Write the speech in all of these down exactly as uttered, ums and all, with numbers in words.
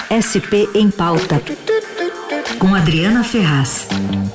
S P em Pauta, com Adriana Ferraz.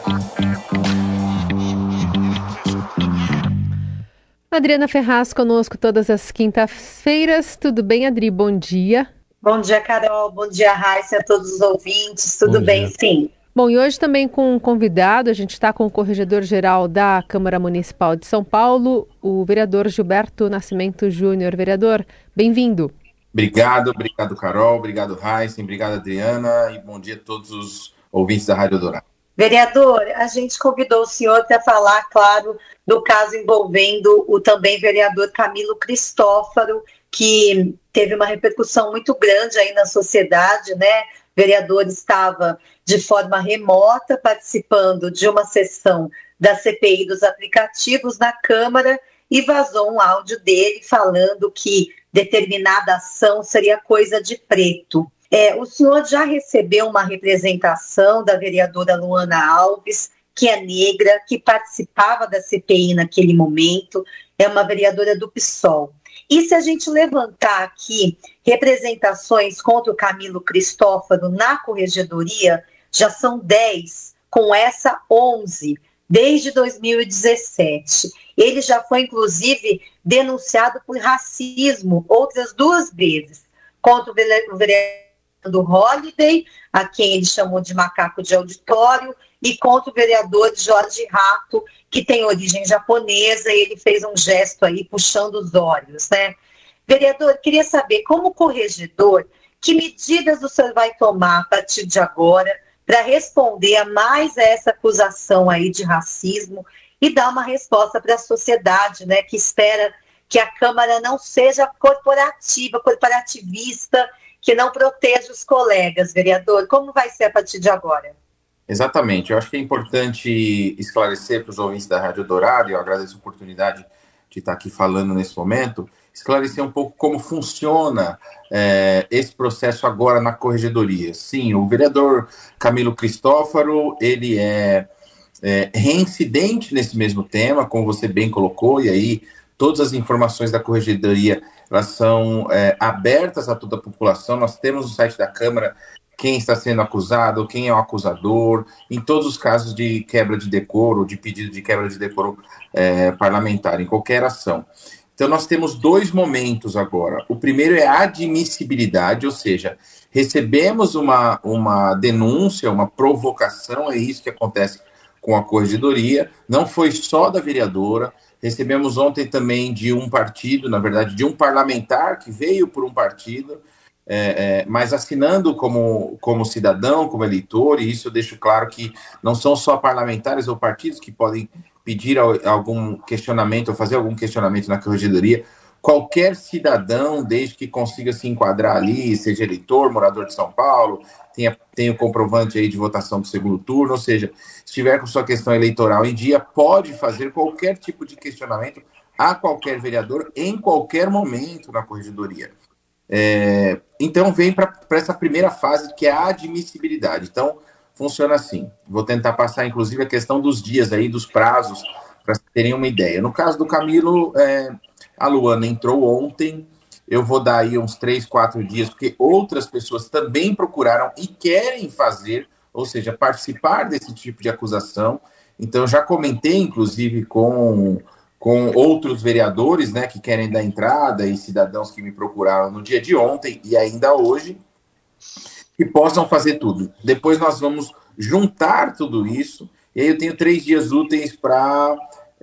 Adriana Ferraz conosco todas as quintas-feiras. Tudo bem, Adri? Bom dia. Bom dia, Carol. Bom dia, Raíssa, a todos os ouvintes. Tudo Bom bem, dia. sim. Bom, e hoje também com um convidado, a gente está com o corregedor-geral da Câmara Municipal de São Paulo, o vereador Gilberto Nascimento Júnior. Vereador, bem-vindo. Obrigado, obrigado, Carol, obrigado, Raíssa, obrigado, Adriana, e bom dia a todos os ouvintes da Rádio Dourado. Vereador, a gente convidou o senhor para falar, claro, do caso envolvendo o também vereador Camilo Cristófaro, que teve uma repercussão muito grande aí na sociedade, né? O vereador estava de forma remota participando de uma sessão da C P I dos aplicativos na Câmara e vazou um áudio dele falando que determinada ação seria coisa de preto. É, o senhor já recebeu uma representação da vereadora Luana Alves, que é negra, que participava da C P I naquele momento, é uma vereadora do PSOL. E se a gente levantar aqui representações contra o Camilo Cristófaro na corregedoria, já são dez, com essa onze, desde dois mil e dezessete. Ele já foi, inclusive, denunciado por racismo outras duas vezes, contra o vereador do Holliday, a quem ele chamou de macaco de auditório, e contra o vereador Jorge Rato, que tem origem japonesa, e ele fez um gesto aí puxando os olhos, né? Vereador, queria saber, como corregedor, que medidas o senhor vai tomar a partir de agora para responder a mais essa acusação aí de racismo e dar uma resposta para a sociedade, né, que espera que a Câmara não seja corporativa, corporativista, que não proteja os colegas, vereador. Como vai ser a partir de agora? Exatamente. Eu acho que é importante esclarecer para os ouvintes da Rádio Dourado, e eu agradeço a oportunidade de estar aqui falando nesse momento, esclarecer um pouco como funciona é, esse processo agora na corregedoria. Sim, o vereador Camilo Cristófaro, ele é, é reincidente nesse mesmo tema, como você bem colocou, e aí todas as informações da corregedoria, elas são é, abertas a toda a população. Nós temos no site da Câmara quem está sendo acusado, quem é o acusador, em todos os casos de quebra de decoro, de pedido de quebra de decoro é, parlamentar, em qualquer ação. Então, nós temos dois momentos agora. O primeiro é a admissibilidade, ou seja, recebemos uma, uma denúncia, uma provocação, é isso que acontece com a corregedoria, não foi só da vereadora, recebemos ontem também de um partido, na verdade, de um parlamentar que veio por um partido, é, é, mas assinando como, como cidadão, como eleitor, e isso eu deixo claro que não são só parlamentares ou partidos que podem pedir algum questionamento ou fazer algum questionamento na corregedoria. Qualquer cidadão, desde que consiga se enquadrar ali, seja eleitor, morador de São Paulo, tenha, tenha o comprovante aí de votação do segundo turno, ou seja, se estiver com sua questão eleitoral em dia, pode fazer qualquer tipo de questionamento a qualquer vereador em qualquer momento na corregedoria. É, então, vem para essa primeira fase, que é a admissibilidade. Então, funciona assim. Vou tentar passar, inclusive, a questão dos dias aí, dos prazos, para terem uma ideia. No caso do Camilo, é, a Luana entrou ontem, eu vou dar aí uns três, quatro dias, porque outras pessoas também procuraram e querem fazer, ou seja, participar desse tipo de acusação. Então, eu já comentei, inclusive, com, com outros vereadores, né, que querem dar entrada e cidadãos que me procuraram no dia de ontem e ainda hoje, que possam fazer tudo. Depois nós vamos juntar tudo isso, e aí eu tenho três dias úteis para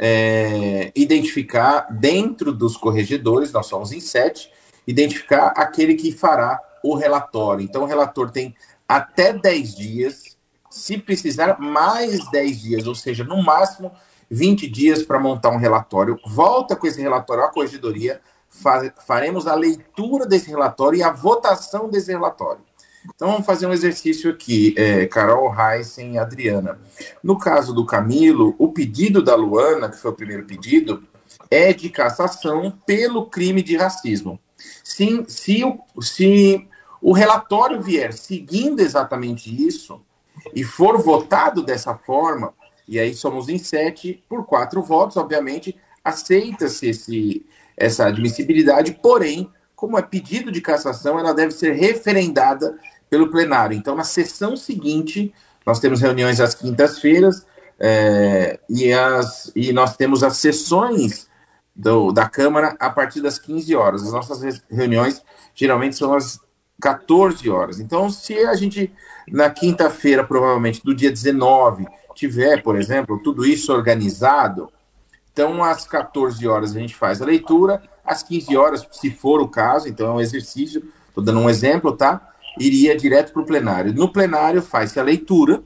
é, identificar dentro dos corregedores, nós somos em sete, identificar aquele que fará o relatório. Então o relator tem até dez dias, se precisar mais dez dias, ou seja, no máximo vinte dias para montar um relatório. Volta com esse relatório à corregedoria, fa- faremos a leitura desse relatório e a votação desse relatório. Então, vamos fazer um exercício aqui, é, Carol, Heisen e Adriana. No caso do Camilo, o pedido da Luana, que foi o primeiro pedido, é de cassação pelo crime de racismo. Sim, se, o, se o relatório vier seguindo exatamente isso e for votado dessa forma, e aí somos em sete, por quatro votos, obviamente, aceita-se esse, essa admissibilidade, porém, como é pedido de cassação, ela deve ser referendada pelo plenário. Então, na sessão seguinte, nós temos reuniões às quintas-feiras é, e, as, e nós temos as sessões do, da Câmara a partir das quinze horas. As nossas reuniões geralmente são às quatorze horas. Então, se a gente, na quinta-feira, provavelmente, do dia dezenove, tiver, por exemplo, tudo isso organizado, então, às quatorze horas a gente faz a leitura, às quinze horas, se for o caso, então é um exercício, estou dando um exemplo, tá? Iria direto para o plenário. No plenário faz-se a leitura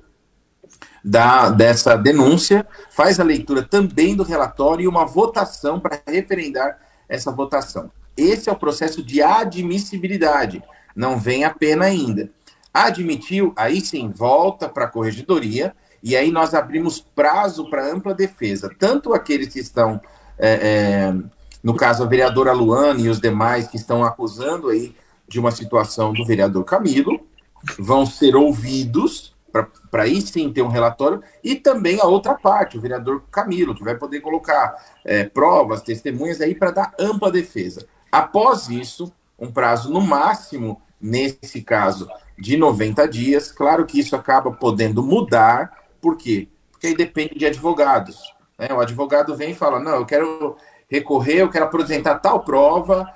da, dessa denúncia, faz a leitura também do relatório e uma votação para referendar essa votação. Esse é o processo de admissibilidade, não vem a pena ainda. Admitiu, aí sim, volta para a corregedoria, e aí nós abrimos prazo para ampla defesa, tanto aqueles que estão, é, é, no caso a vereadora Luane e os demais que estão acusando aí de uma situação do vereador Camilo, vão ser ouvidos para aí sim ter um relatório, e também a outra parte, o vereador Camilo, que vai poder colocar é, provas, testemunhas aí para dar ampla defesa. Após isso, um prazo no máximo, nesse caso, de noventa dias, claro que isso acaba podendo mudar. Por quê? Porque aí depende de advogados. Né? O advogado vem e fala, não, eu quero recorrer, eu quero apresentar tal prova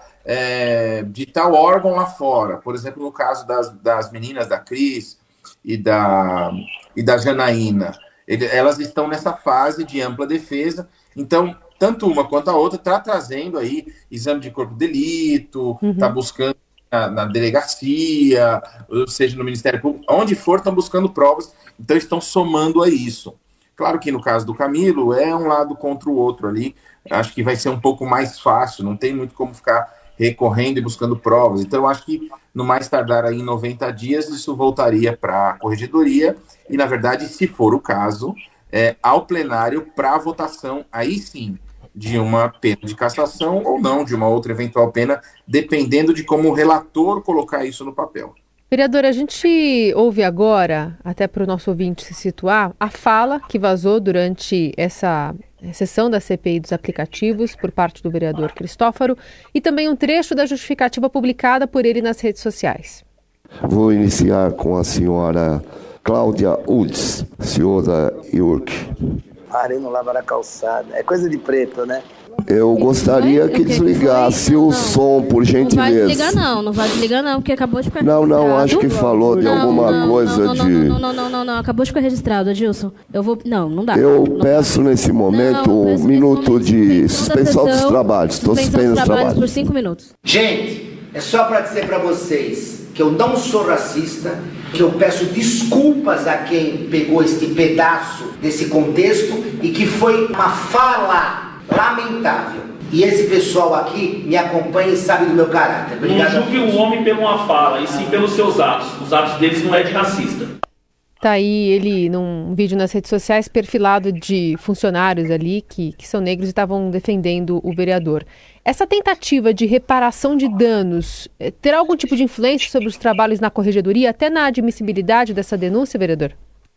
é, de tal órgão lá fora. Por exemplo, no caso das, das meninas da Cris e da, e da Janaína. Ele, elas estão nessa fase de ampla defesa. Então, tanto uma quanto a outra está trazendo aí exame de corpo de delito, está uhum. buscando na, na delegacia, ou seja, no Ministério Público, onde for, estão buscando provas. Então, estão somando a isso. Claro que no caso do Camilo, é um lado contra o outro ali. Acho que vai ser um pouco mais fácil, não tem muito como ficar recorrendo e buscando provas. Então, acho que no mais tardar aí em noventa dias, isso voltaria para a corregedoria e, na verdade, se for o caso, é, ao plenário para votação, aí sim, de uma pena de cassação ou não, de uma outra eventual pena, dependendo de como o relator colocar isso no papel. Vereadora, a gente ouve agora, até para o nosso ouvinte se situar, a fala que vazou durante essa sessão da C P I dos aplicativos por parte do vereador Cristófaro e também um trecho da justificativa publicada por ele nas redes sociais. Vou iniciar com a senhora Cláudia Ultz, senhora York. Parei no lavar a calçada. É coisa de preto, né? Eu gostaria que desligasse o som, por gentileza. Não vai desligar não, não vai desligar não, porque acabou de ficar Não, registrado. não, acho que falou de não, alguma não, coisa não, não, de... Não, não, não, não, não, acabou de ficar registrado, Adilson. Eu vou... Não, não dá. Eu não peço dá. nesse momento não, um minuto momento, de suspensão dos trabalhos. Estou suspensando os trabalhos por cinco minutos. Gente, é só para dizer para vocês que eu não sou racista, que eu peço desculpas a quem pegou este pedaço desse contexto e que foi uma fala lamentável. E esse pessoal aqui me acompanha e sabe do meu caráter. Obrigado. Não julgue o homem por uma fala, e sim pelos seus atos. Os atos deles não é de racista. Tá aí ele num vídeo nas redes sociais perfilado de funcionários ali que, que são negros e estavam defendendo o vereador. Essa tentativa de reparação de danos terá algum tipo de influência sobre os trabalhos na corregedoria, até na admissibilidade dessa denúncia, vereador?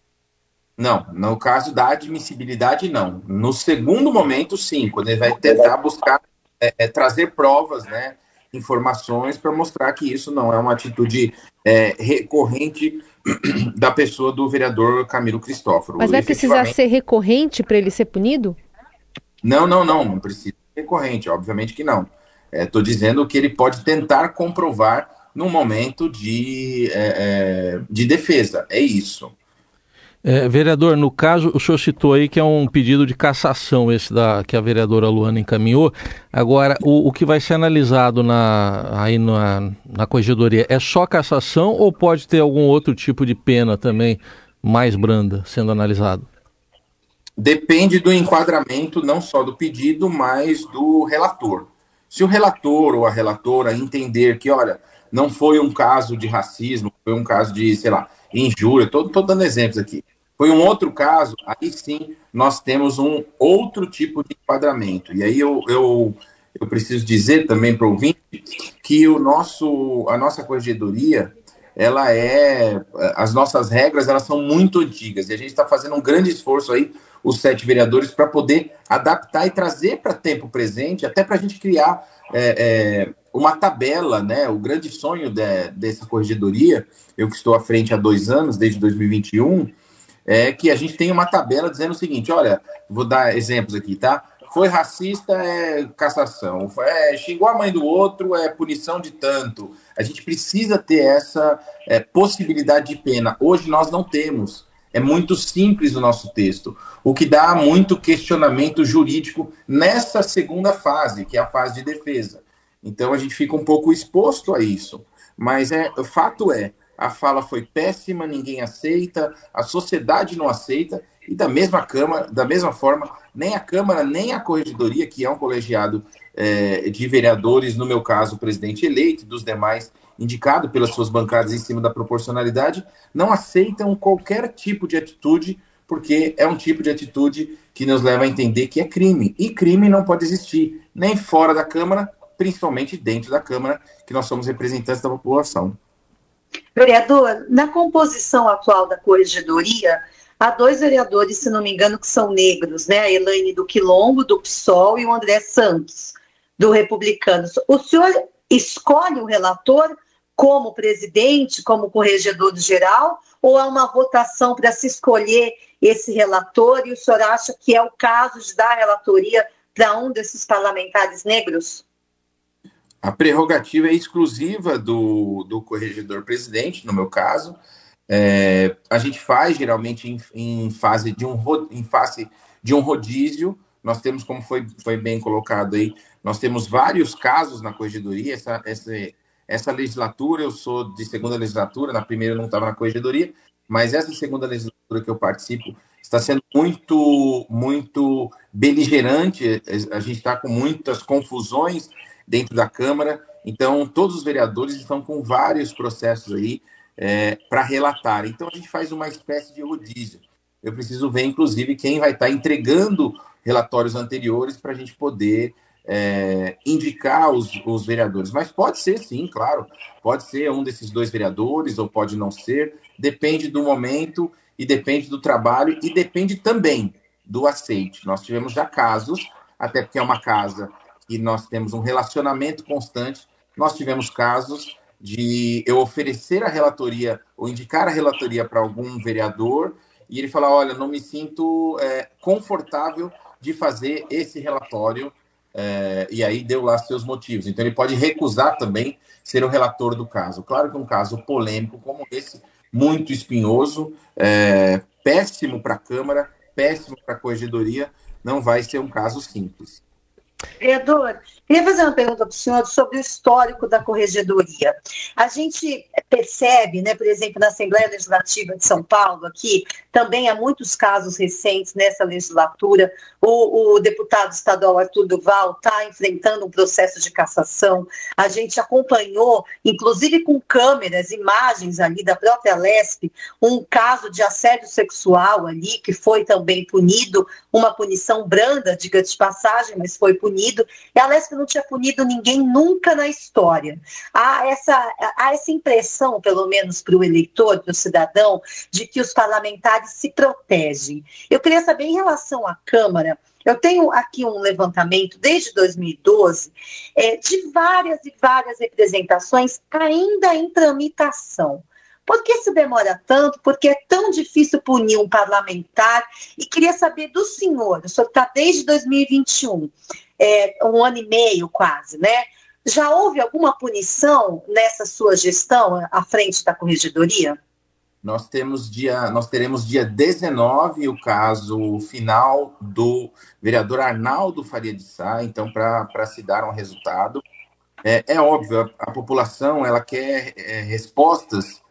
Não, no caso da admissibilidade, não. No segundo momento, sim, quando ele vai tentar buscar é, é, trazer provas, né, informações para mostrar que isso não é uma atitude é, recorrente da pessoa do vereador Camilo Cristófaro. Mas vai precisar ser recorrente para ele ser punido? Não, não, não, não precisa ser recorrente, obviamente que não. Estou é, dizendo que ele pode tentar comprovar num momento de, é, é, de defesa, é isso. É, vereador, no caso, o senhor citou aí que é um pedido de cassação esse da, que a vereadora Luana encaminhou. Agora, o, o que vai ser analisado na, aí na, na corregedoria é só cassação ou pode ter algum outro tipo de pena também mais branda sendo analisado? Depende do enquadramento, não só do pedido, mas do relator. Se o relator ou a relatora entender que, olha, não foi um caso de racismo, foi um caso de, sei lá, injúria, estou dando exemplos aqui. Foi um outro caso, aí sim nós temos um outro tipo de enquadramento. E aí eu, eu, eu preciso dizer também para o ouvinte que o nosso, a nossa corregedoria, ela é, as nossas regras elas são muito antigas e a gente está fazendo um grande esforço aí, os sete vereadores, para poder adaptar e trazer para tempo presente, até para a gente criar é, é, uma tabela, né? O grande sonho de, dessa corregedoria, eu que estou à frente há dois anos, desde dois mil e vinte e um, é que a gente tem uma tabela dizendo o seguinte, olha, vou dar exemplos aqui, tá? Foi racista, é cassação. É, xingou a mãe do outro, é punição de tanto. A gente precisa ter essa é, possibilidade de pena. Hoje nós não temos. É muito simples o nosso texto, o que dá muito questionamento jurídico nessa segunda fase, que é a fase de defesa. Então a gente fica um pouco exposto a isso. Mas é, o fato é, a fala foi péssima, ninguém aceita, a sociedade não aceita, e da mesma Câmara, da mesma forma, nem a Câmara, nem a Corregedoria, que é um colegiado é, de vereadores, no meu caso, o presidente eleito, dos demais, indicado pelas suas bancadas em cima da proporcionalidade, não aceitam qualquer tipo de atitude, porque é um tipo de atitude que nos leva a entender que é crime. E crime não pode existir, nem fora da Câmara, principalmente dentro da Câmara, que nós somos representantes da população. Vereador, na composição atual da Corregedoria, há dois vereadores, se não me engano, que são negros, né? A Elaine do Quilombo, do P SOL, e o André Santos, do Republicanos. O senhor escolhe o relator como presidente, como corregedor geral, ou há uma votação para se escolher esse relator, e o senhor acha que é o caso de dar a relatoria para um desses parlamentares negros? A prerrogativa é exclusiva do, do corregedor-presidente, no meu caso. É, a gente faz, geralmente, em, em, fase de um, em face de um rodízio. Nós temos, como foi, foi bem colocado aí, nós temos vários casos na corregedoria. Essa, essa, essa legislatura, eu sou de segunda legislatura, na primeira eu não estava na corregedoria, mas essa segunda legislatura que eu participo está sendo muito, muito beligerante. A gente está com muitas confusões dentro da Câmara, então todos os vereadores estão com vários processos aí é, para relatar. Então a gente faz uma espécie de rodízio. Eu preciso ver, inclusive, quem vai estar entregando relatórios anteriores para a gente poder é, indicar os, os vereadores. Mas pode ser, sim, claro, pode ser um desses dois vereadores ou pode não ser, depende do momento e depende do trabalho e depende também do aceite. Nós tivemos já casos, até porque é uma casa e nós temos um relacionamento constante, nós tivemos casos de eu oferecer a relatoria ou indicar a relatoria para algum vereador e ele falar, olha, não me sinto é, confortável de fazer esse relatório, é, e aí deu lá seus motivos. Então ele pode recusar também ser o relator do caso. Claro que um caso polêmico como esse, muito espinhoso, é, péssimo para a Câmara, péssimo para a Corregedoria, não vai ser um caso simples. Vereador, queria fazer uma pergunta para o senhor sobre o histórico da corregedoria. A gente percebe, né, por exemplo, na Assembleia Legislativa de São Paulo, aqui, também há muitos casos recentes nessa legislatura. O, o deputado estadual Arthur Duval está enfrentando um processo de cassação. A gente acompanhou, inclusive com câmeras, imagens ali da própria Lespe, um caso de assédio sexual ali, que foi também punido, uma punição branda, diga de passagem, mas foi punido. E a Lespe não tinha punido ninguém nunca na história. Há essa, há essa impressão, pelo menos para o eleitor, para o cidadão, de que os parlamentares se protegem. Eu queria saber, em relação à Câmara, eu tenho aqui um levantamento, desde dois mil e doze, é, de várias e várias representações ainda em tramitação. Por que se demora tanto? Porque é tão difícil punir um parlamentar? E queria saber do senhor, o senhor está desde dois mil e vinte e um, é, um ano e meio quase, né? Já houve alguma punição nessa sua gestão à frente da corregedoria? Nós, temos dia, nós teremos dia dezenove o caso final do vereador Arnaldo Faria de Sá, então para se dar um resultado. É, é óbvio, a, a população ela quer é, respostas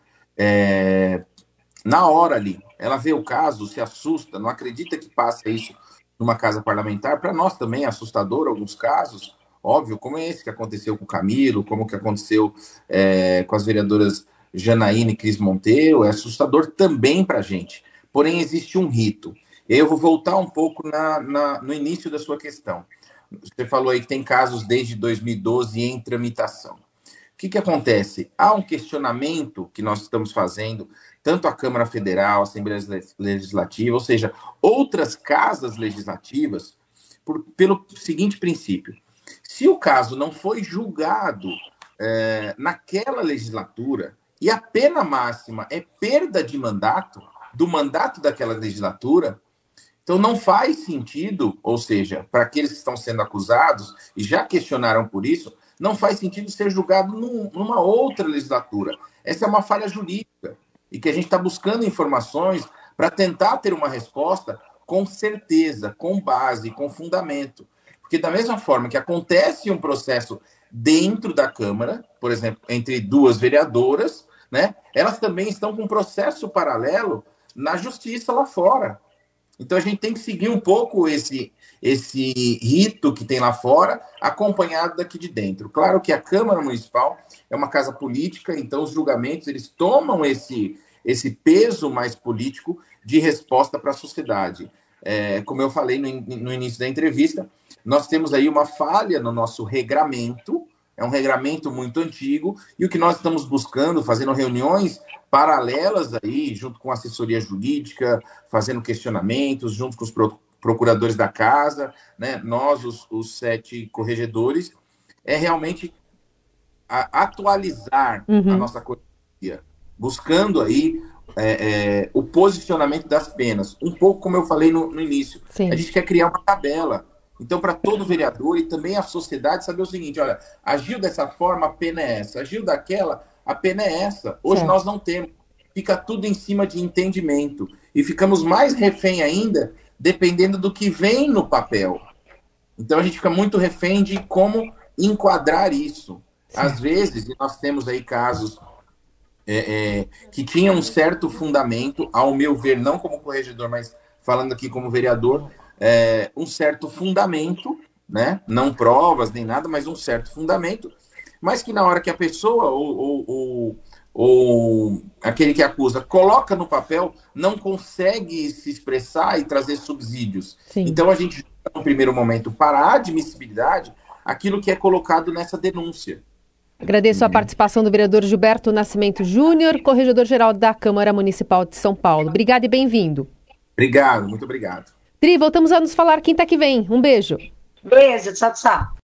É, na hora ali, ela vê o caso, se assusta, não acredita que passa isso numa casa parlamentar. Para nós também é assustador alguns casos, óbvio, como esse que aconteceu com o Camilo, como que aconteceu é, com as vereadoras Janaína e Cris Monteiro, é assustador também para a gente. Porém, existe um rito. E aí eu vou voltar um pouco na, na, no início da sua questão. Você falou aí que tem casos desde dois mil e doze em tramitação. O que, que acontece? Há um questionamento que nós estamos fazendo, tanto a Câmara Federal, a Assembleia Legislativa, ou seja, outras casas legislativas, por, pelo seguinte princípio. Se o caso não foi julgado é, naquela legislatura e a pena máxima é perda de mandato, do mandato daquela legislatura, então não faz sentido, ou seja, para aqueles que estão sendo acusados e já questionaram por isso, não faz sentido ser julgado num, numa outra legislatura. Essa é uma falha jurídica e que a gente está buscando informações para tentar ter uma resposta com certeza, com base, com fundamento. Porque da mesma forma que acontece um processo dentro da Câmara, por exemplo, entre duas vereadoras, né, elas também estão com um processo paralelo na justiça lá fora. Então a gente tem que seguir um pouco esse, esse rito que tem lá fora, acompanhado daqui de dentro. Claro que a Câmara Municipal é uma casa política, então os julgamentos eles tomam esse, esse peso mais político de resposta para a sociedade. É, como eu falei no, no início da entrevista, nós temos aí uma falha no nosso regramento, é um regramento muito antigo, e o que nós estamos buscando, fazendo reuniões paralelas aí, junto com a assessoria jurídica, fazendo questionamentos, junto com os procuradores da casa, né, nós, os, os sete corregedores, é realmente a, atualizar uhum. a nossa corregedoria, buscando aí é, é, o posicionamento das penas, um pouco como eu falei no, no início. Sim. A gente quer criar uma tabela. Então, para todo vereador e também a sociedade saber o seguinte, olha, agiu dessa forma, a pena é essa, agiu daquela, a pena é essa. Hoje certo. Nós não temos. Fica tudo em cima de entendimento. E ficamos mais refém ainda, dependendo do que vem no papel. Então, a gente fica muito refém de como enquadrar isso. Sim. Às vezes, nós temos aí casos é, é, que tinham um certo fundamento, ao meu ver, não como corregedor, mas falando aqui como vereador, É, um certo fundamento, né? Não provas nem nada, mas um certo fundamento, mas que na hora que a pessoa ou, ou, ou, ou aquele que acusa coloca no papel, não consegue se expressar e trazer subsídios. Sim. Então a gente, no primeiro momento, para a admissibilidade, aquilo que é colocado nessa denúncia. Agradeço a participação do vereador Gilberto Nascimento Júnior, corregedor-geral da Câmara Municipal de São Paulo. Obrigado e bem-vindo. Obrigado, muito obrigado. Tri, voltamos a nos falar quinta que vem. Um beijo. Beijo, tchau, tchau.